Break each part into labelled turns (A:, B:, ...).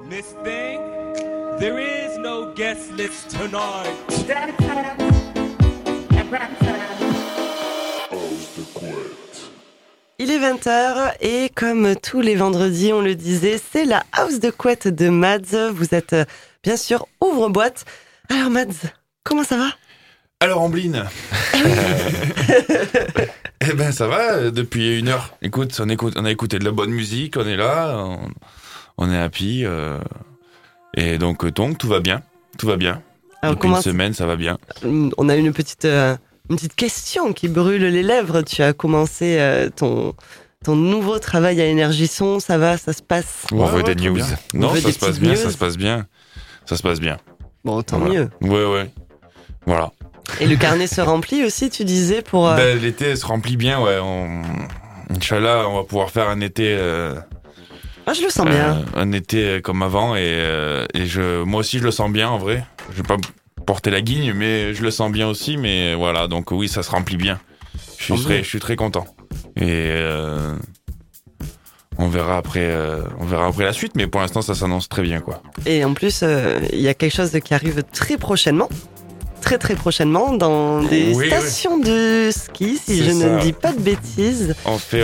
A: Miss Thing, there is no guest list tonight.
B: Il est 20h et comme tous les vendredis, on le disait, c'est la house de couette de Mads. Vous êtes bien sûr ouvre-boîte. Alors Mads, comment ça va ?
C: Alors Ambline, eh ben ça va depuis une heure. Écoute, on a écouté de la bonne musique, on est là, on est happy, et donc tout va bien,
B: Alors,
C: depuis une semaine, ça va bien.
B: On a une petite question qui brûle les lèvres. Tu as commencé ton nouveau travail à Énergie Son, ça va, ça se passe ?
D: On veut des news.
C: Non,
B: veut
C: ça
B: des
C: se passe
B: petites
C: bien,
B: news.
C: ça se passe bien.
B: Bon, tant
C: Voilà.
B: mieux.
C: Ouais, voilà.
B: Et le carnet se remplit aussi, tu disais, pour...
C: L'été se remplit bien, ouais. Inch'Allah, on va pouvoir faire un été...
B: Ah, je le sens bien.
C: Un été comme avant, moi aussi je le sens bien en vrai. Je vais pas porter la guigne, mais je le sens bien aussi. Mais voilà, donc oui, ça se remplit bien. Je suis très content. Et on verra après la suite, mais pour l'instant ça s'annonce très bien, quoi.
B: Et en plus, il y a quelque chose qui arrive très prochainement. Très prochainement dans des stations de ski, si
C: C'est
B: je
C: ça.
B: ne dis pas de bêtises.
C: On fait.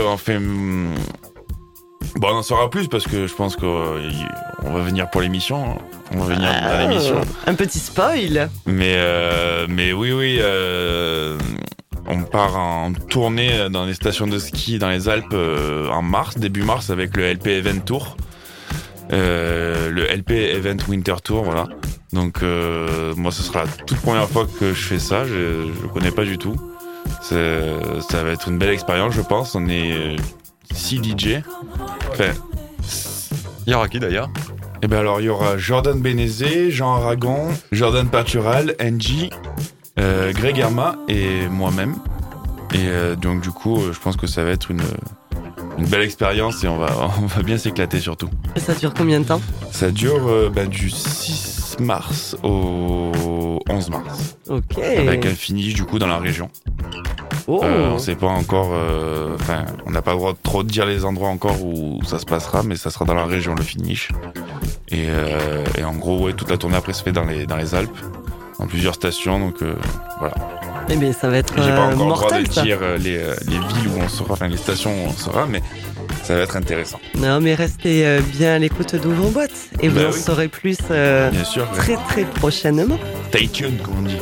C: Bon, on en saura plus parce que je pense qu'on va venir pour l'émission. Hein. On va venir à l'émission.
B: Un petit spoil.
C: Mais oui. On part en tournée dans les stations de ski dans les Alpes en mars, début mars, avec le LP Event Tour. Le LP Event Winter Tour, voilà. Donc moi, ce sera la toute première fois que je fais ça. Je connais pas du tout. Ça va être une belle expérience, je pense. On est 6 DJ. Enfin,
D: Il y aura qui d'ailleurs ?
C: et ben alors il y aura Jordan Bénézé, Jean Aragon, Jordan Patural, Angie, Greg Herma et moi-même. Et donc du coup, je pense que ça va être une belle expérience et on va bien s'éclater surtout.
B: Et ça dure combien de temps ?
C: Ça dure du 6 mars au 11 mars.
B: Ok.
C: Avec un finish du coup dans la région.
B: Oh.
C: On sait pas encore, on n'a pas le droit de trop dire les endroits encore où ça se passera, mais ça sera dans la région le finish. Et en gros, ouais, toute la tournée après se fait dans les Alpes, dans plusieurs stations, donc voilà.
B: Eh bien, ça va être
C: J'ai pas encore le droit
B: mortel,
C: de
B: ça.
C: dire les villes où on sera, enfin les stations où on sera, mais ça va être intéressant.
B: Non, mais restez bien à l'écoute d'Ouvre-Boîte. Et vous
C: Bah
B: en
C: oui.
B: saurez plus
C: Bien sûr.
B: très prochainement.
C: Stay tuned, comme on dit.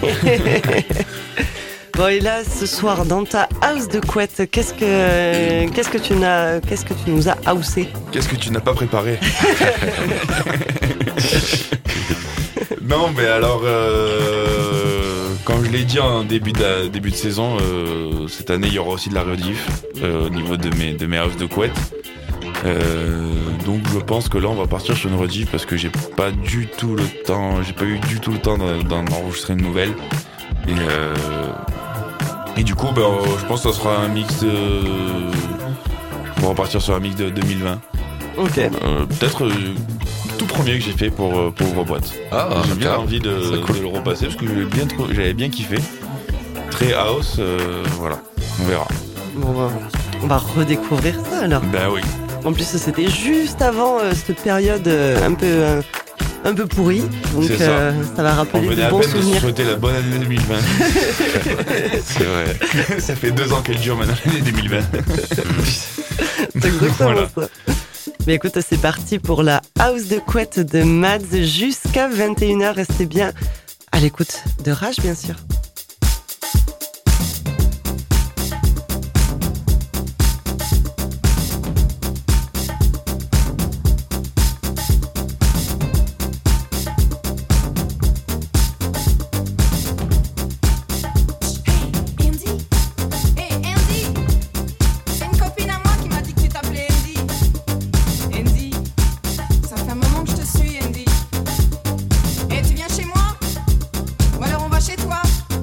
B: Bon, et là, ce soir, dans ta house de couette, qu'est-ce que tu nous as housé ?
C: Qu'est-ce que tu n'as pas préparé? Non, mais alors, comme je l'ai dit en début de saison, cette année, il y aura aussi de la rediff au niveau de mes house de couette. Donc je pense que là on va partir sur une rediff parce que j'ai pas eu du tout le temps d'en enregistrer une nouvelle. Et du coup, je pense que ça sera un mix de... On va repartir sur un mix de 2020.
B: Ok.
C: Peut-être tout premier que j'ai fait pour Ouvre-Boîte.
D: Ah,
C: J'ai bien
D: bien.
C: envie de le repasser parce que j'avais bien kiffé. Très house, voilà. On verra.
B: Bon, on va redécouvrir ça alors.
C: Ben oui.
B: En plus, c'était juste avant cette période un peu pourrie. Donc
C: C'est ça.
B: ça va
C: On
B: rappeler
C: venait
B: de
C: à
B: bons
C: peine de se
B: souvenirs.
C: souhaiter la bonne année 2020.
D: C'est vrai.
C: Ça fait 2 ans qu'elle dure maintenant, l'année 2020.
B: C'est exactement
C: Voilà.
B: ça. Mais écoute, c'est parti pour la house de couette de Mads jusqu'à 21h. Restez bien à l'écoute de Rage, bien sûr.
E: Chez moi, ou alors on va chez toi.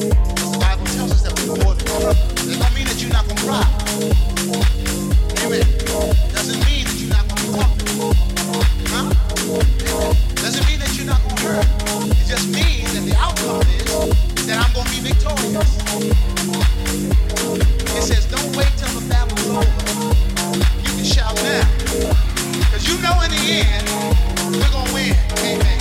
E: Because the Bible tells us that we're more than conquerors. That don't mean that you're not going to cry. Amen. Doesn't mean that you're not going to be conquered. Huh? Amen. Doesn't mean that you're not going to hurt. It just means that the outcome is that I'm going to be victorious. It says, don't wait till the battle's over. You can shout now. Because you know in the end, we're going to win. Amen.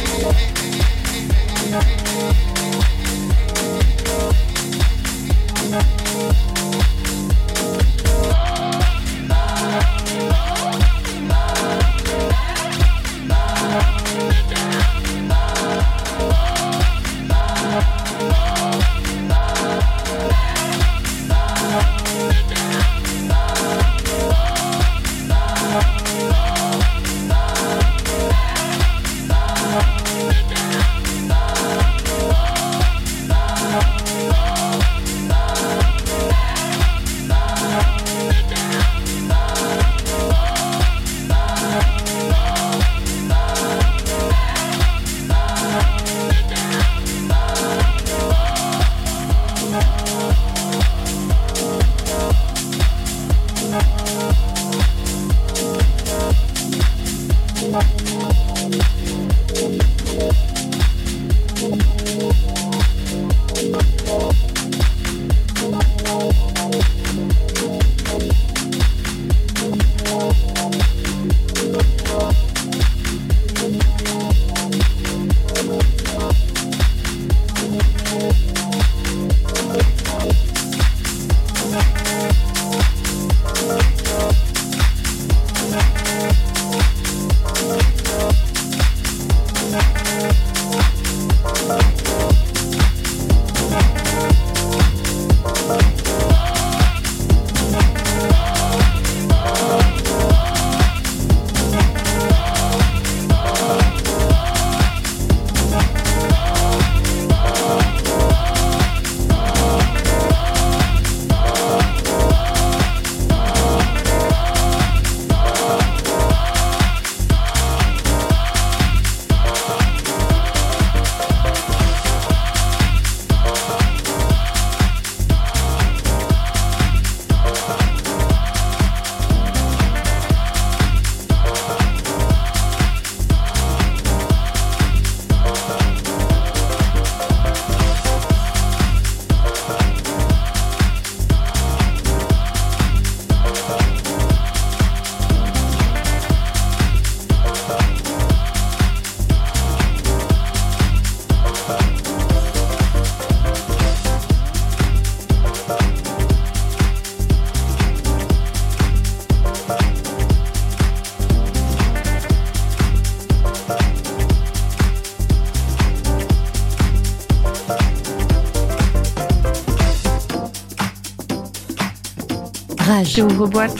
F: Rage. Ouvre-boîte.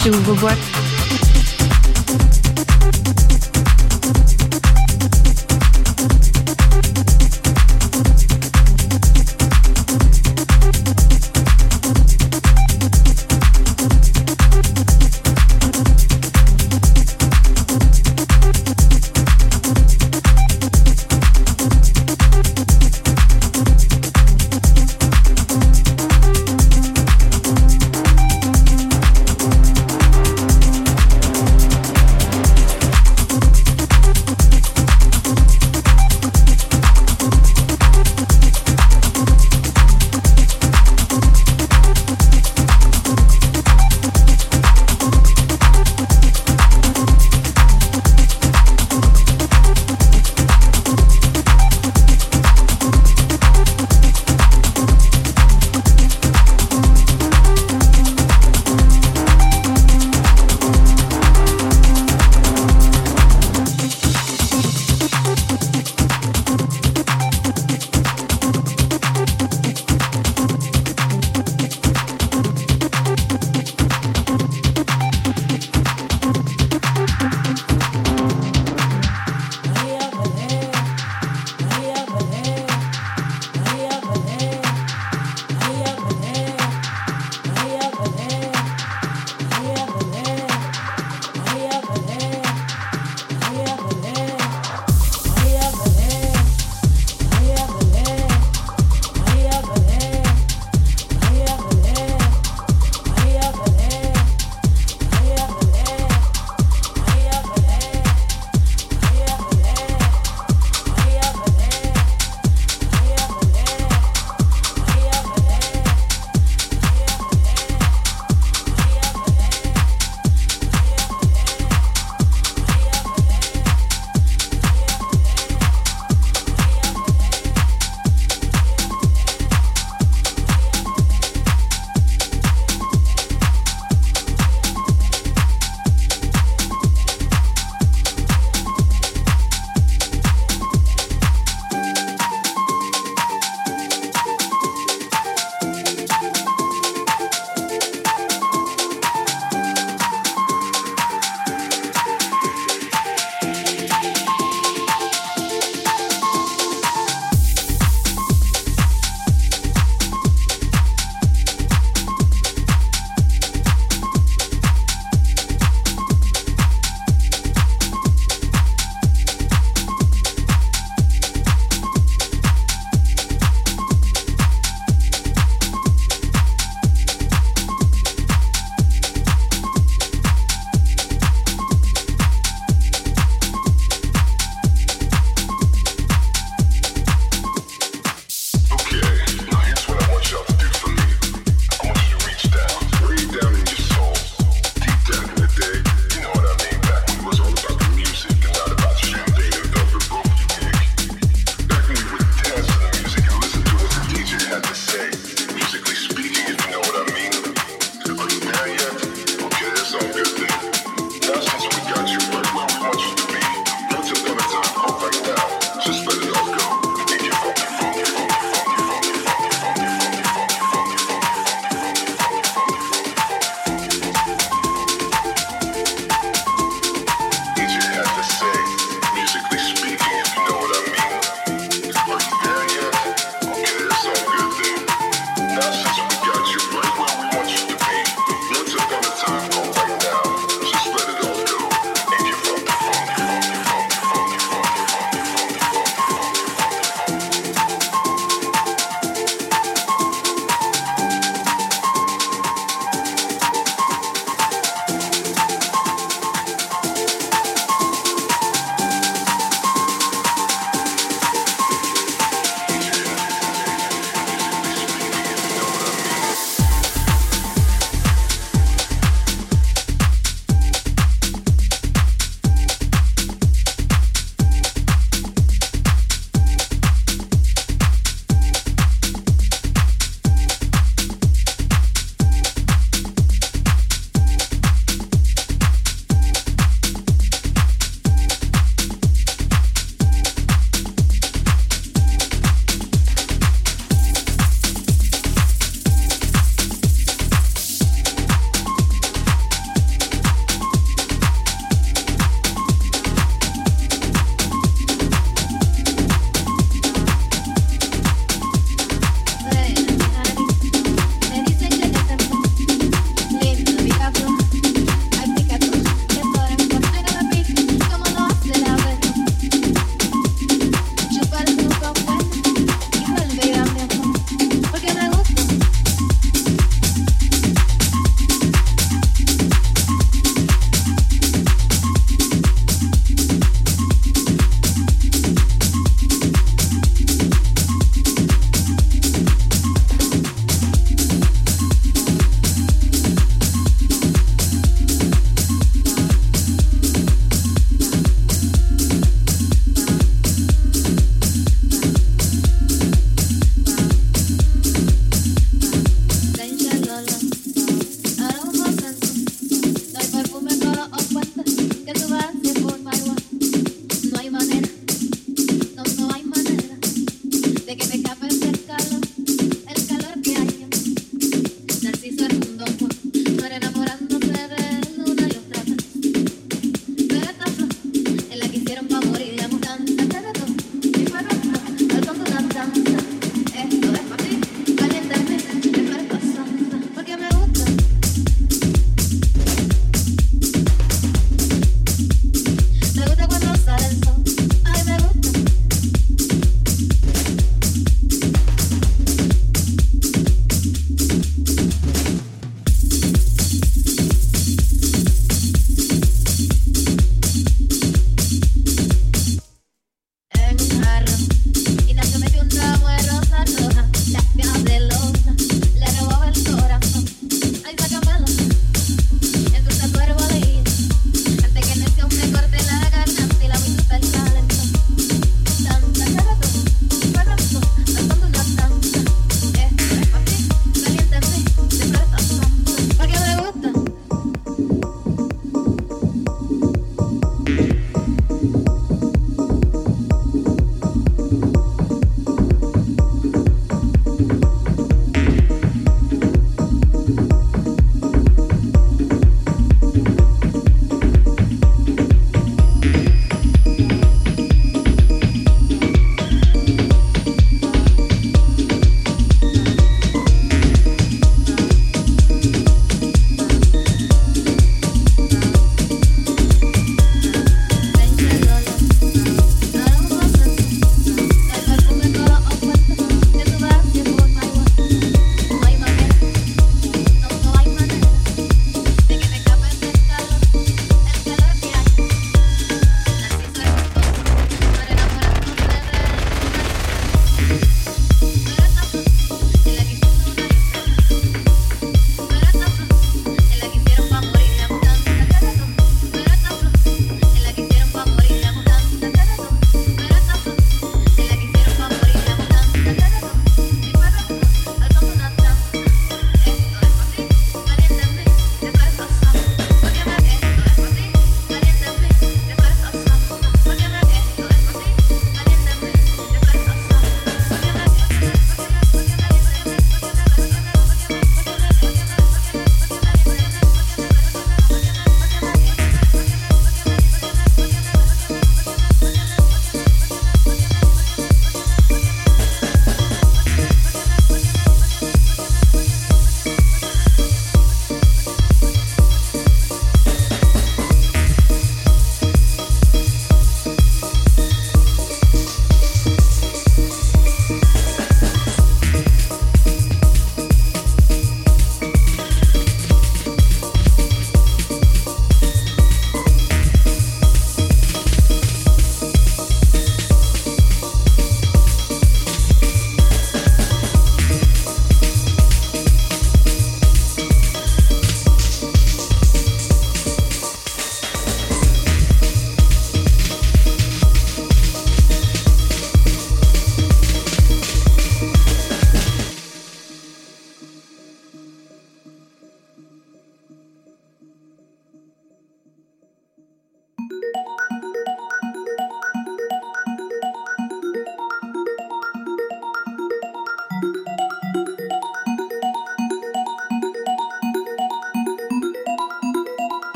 F: J'ouvre boîte.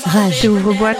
F: Rage, ouvre-boîte.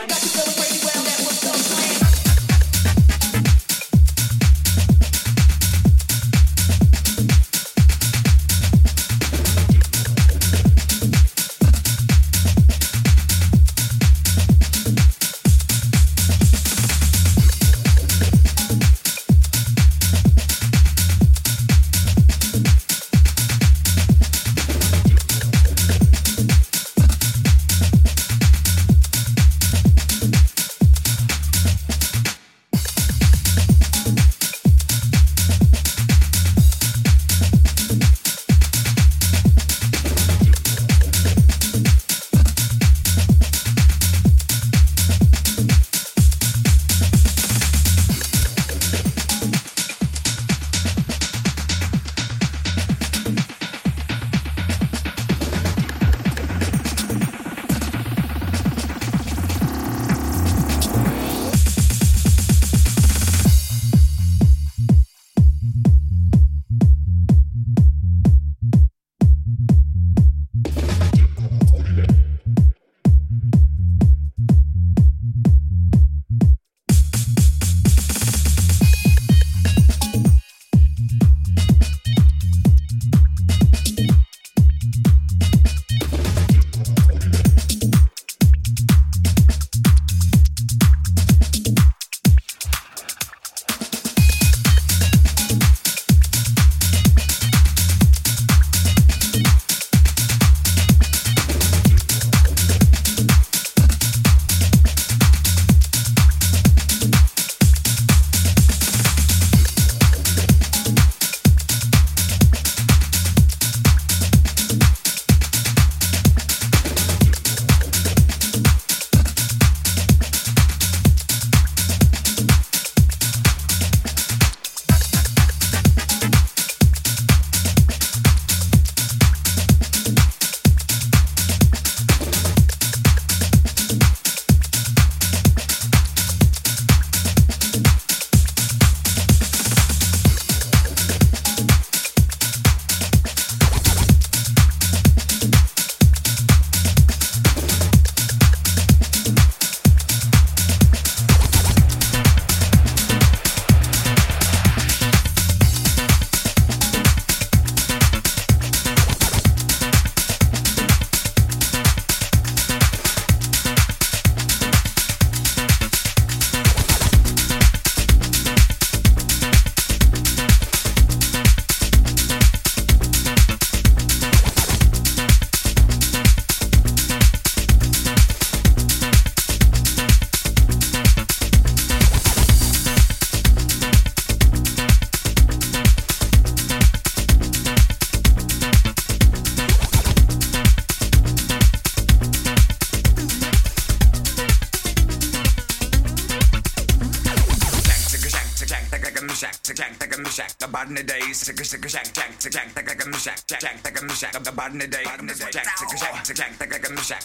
G: body days, sick a shack, jack, take a shack, jack, take a shack, the body day, jack, take a shack, take a shack,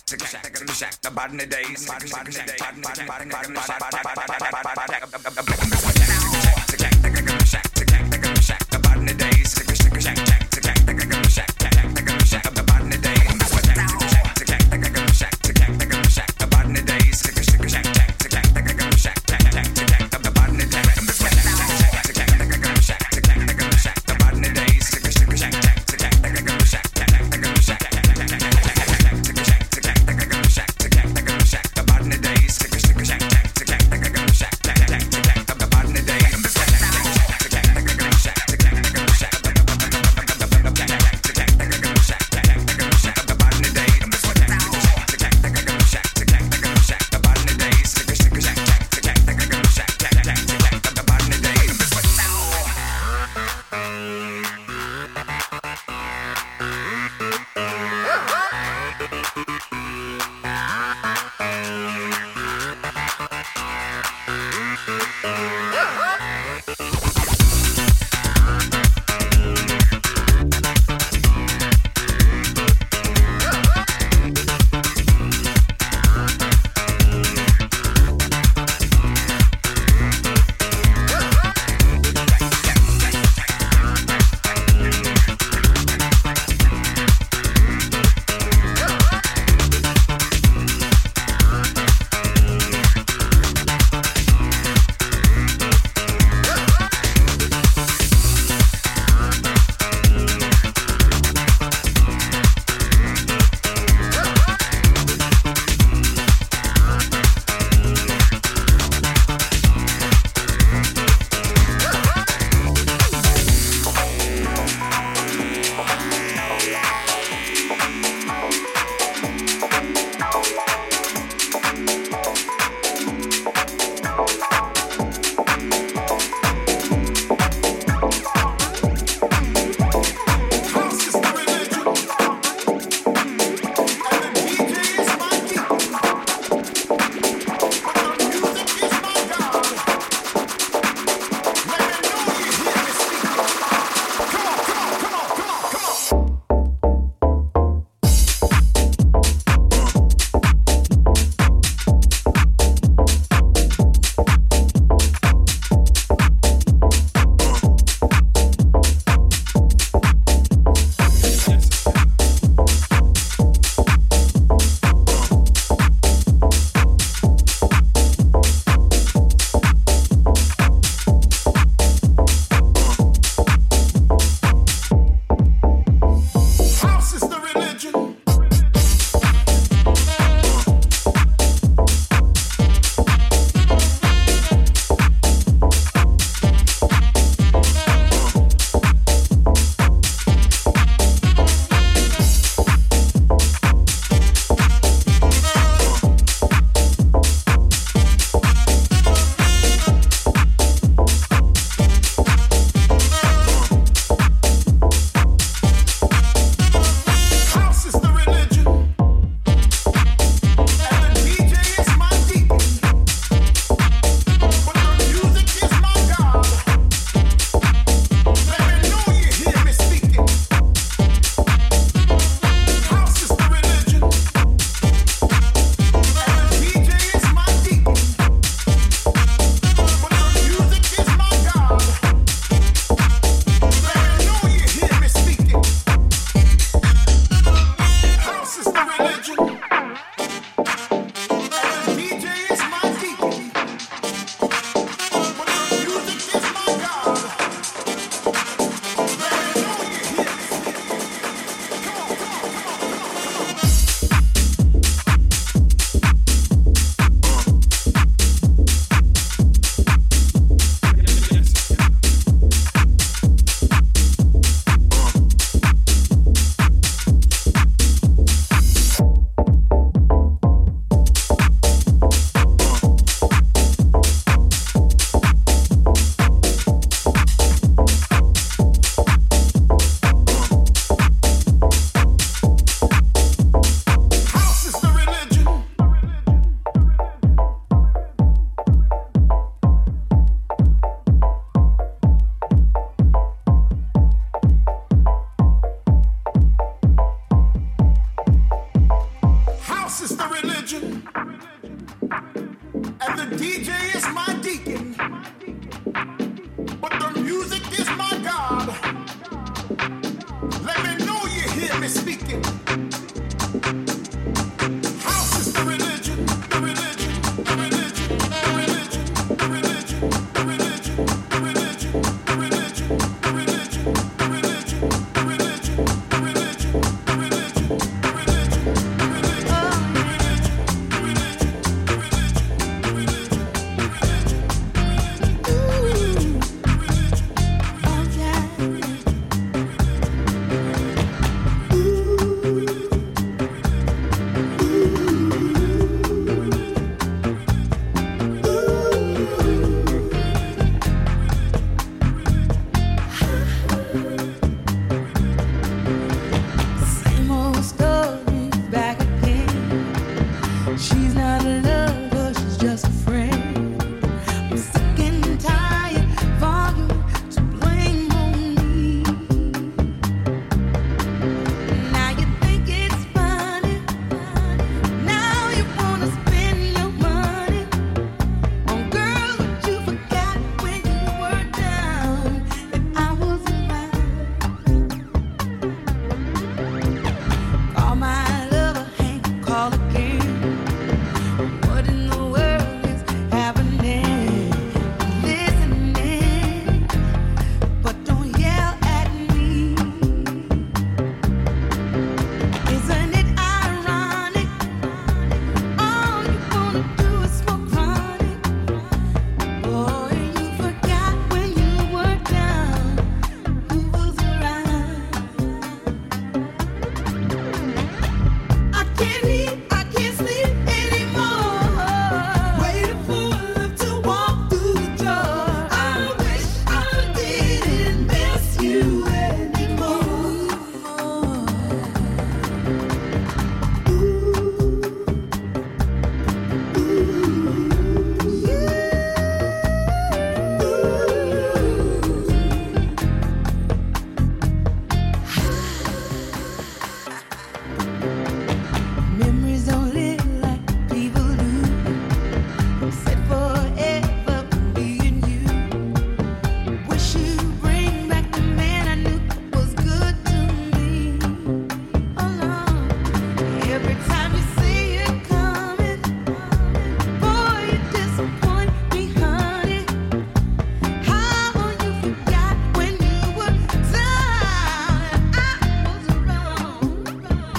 G: the body days,
E: House is the religion, and the DJ is my deacon, but the music is my God. Let me know you hear me speaking. House is the religion, the religion, the religion, the religion, the religion, the religion, the religion, the religion, the religion, the religion, the religion, the religion, the religion, the religion.
H: Same old story back again. She's not a lover, she's just a friend. I'm sick and tired for you to blame on me. Now you think it's funny. Now you wanna spend your money on girls that you forgot when you were down. If I was around. Call my lover, hang, call again. What in the world is happening? Listening, but don't yell at me. Isn't it ironic? All you wanna do is smoke chronic. Boy, you forgot when you were down, who was around. I can't eat, I can't sleep anymore. Waiting for love to walk through the door. I wish I didn't miss you anymore. Memories don't live like people do. Said forever me and you. Wish you'd bring back the man I knew was good to me. Alone. Every time you see it coming, boy, you disappoint me, honey. How you forgot when you were down and I was around.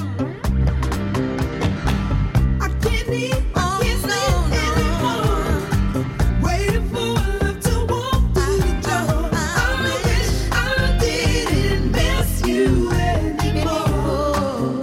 H: I can't eat, I can't sleep anymore. Waiting for love to walk through the door. I wish I didn't miss you anymore.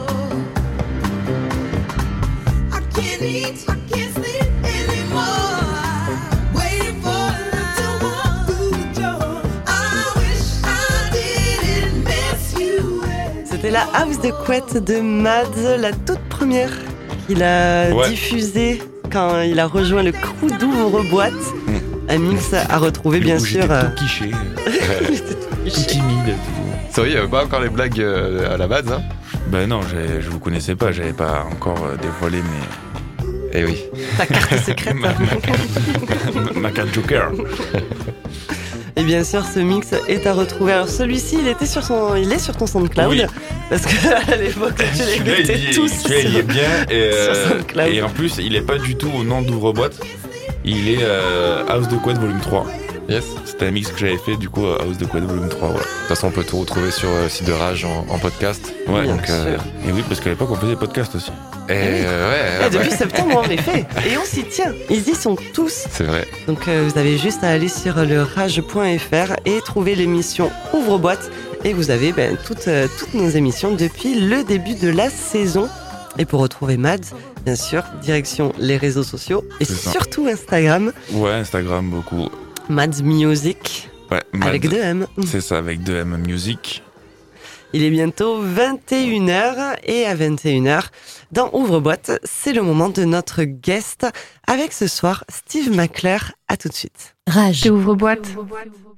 H: I can't eat, I can't sleep anymore. Waiting for love to walk through the door. I wish I didn't miss you anymore.
B: C'était la House de Couette de Mads, la toute première qu'il a
C: Ouais.
B: diffusée quand il a rejoint le crew d'Ouvre-Boîte. Un mix à retrouver bien
C: Où
B: sûr.
C: j'étais tout quiché, tout timide.
D: C'est vrai, il n'y avait pas encore les blagues à la base, hein.
C: Ben non, je vous connaissais pas, j'avais pas encore dévoilé
D: Eh oui.
B: Ta carte secrète.
C: ma carte Joker.
B: Et bien sûr, ce mix est à retrouver. Alors celui-ci, il est sur ton SoundCloud,
C: Oui.
B: parce qu'à l'époque, tu les
C: Celui-là,
B: mettais tous
C: celui-là, il est
B: sur...
C: bien.
B: sur SoundCloud.
C: Et en plus, il est pas du tout au nom d'Ouvre-Boîte. Il est House de Couette volume 3.
D: Yes.
C: C'était un mix que j'avais fait, du coup, House de Couette volume 3. Voilà.
D: De toute façon, on peut tout retrouver sur le site de Rage en podcast.
C: Ouais,
B: Bien
C: donc,
B: sûr.
C: et oui, parce qu'à l'époque, on faisait podcast aussi.
D: Et ouais,
B: Depuis septembre, en effet. Et on s'y tient. Ils y sont tous.
D: c'est vrai.
B: Donc vous avez juste à aller sur le rage.fr et trouver l'émission Ouvre-Boîte. Et vous avez toutes nos émissions depuis le début de la saison. Et pour retrouver Mads, bien sûr, direction les réseaux sociaux et
C: C'est ça.
B: surtout Instagram,
C: Ouais, Instagram, beaucoup.
B: Mads Music,
C: Ouais,
B: avec 2 M.
C: C'est ça, avec 2M Music.
B: Il est bientôt 21h et à 21h, dans Ouvre-Boîte, c'est le moment de notre guest avec ce soir Steve McClure. À tout de suite.
F: Rage. Ouvre-boîte.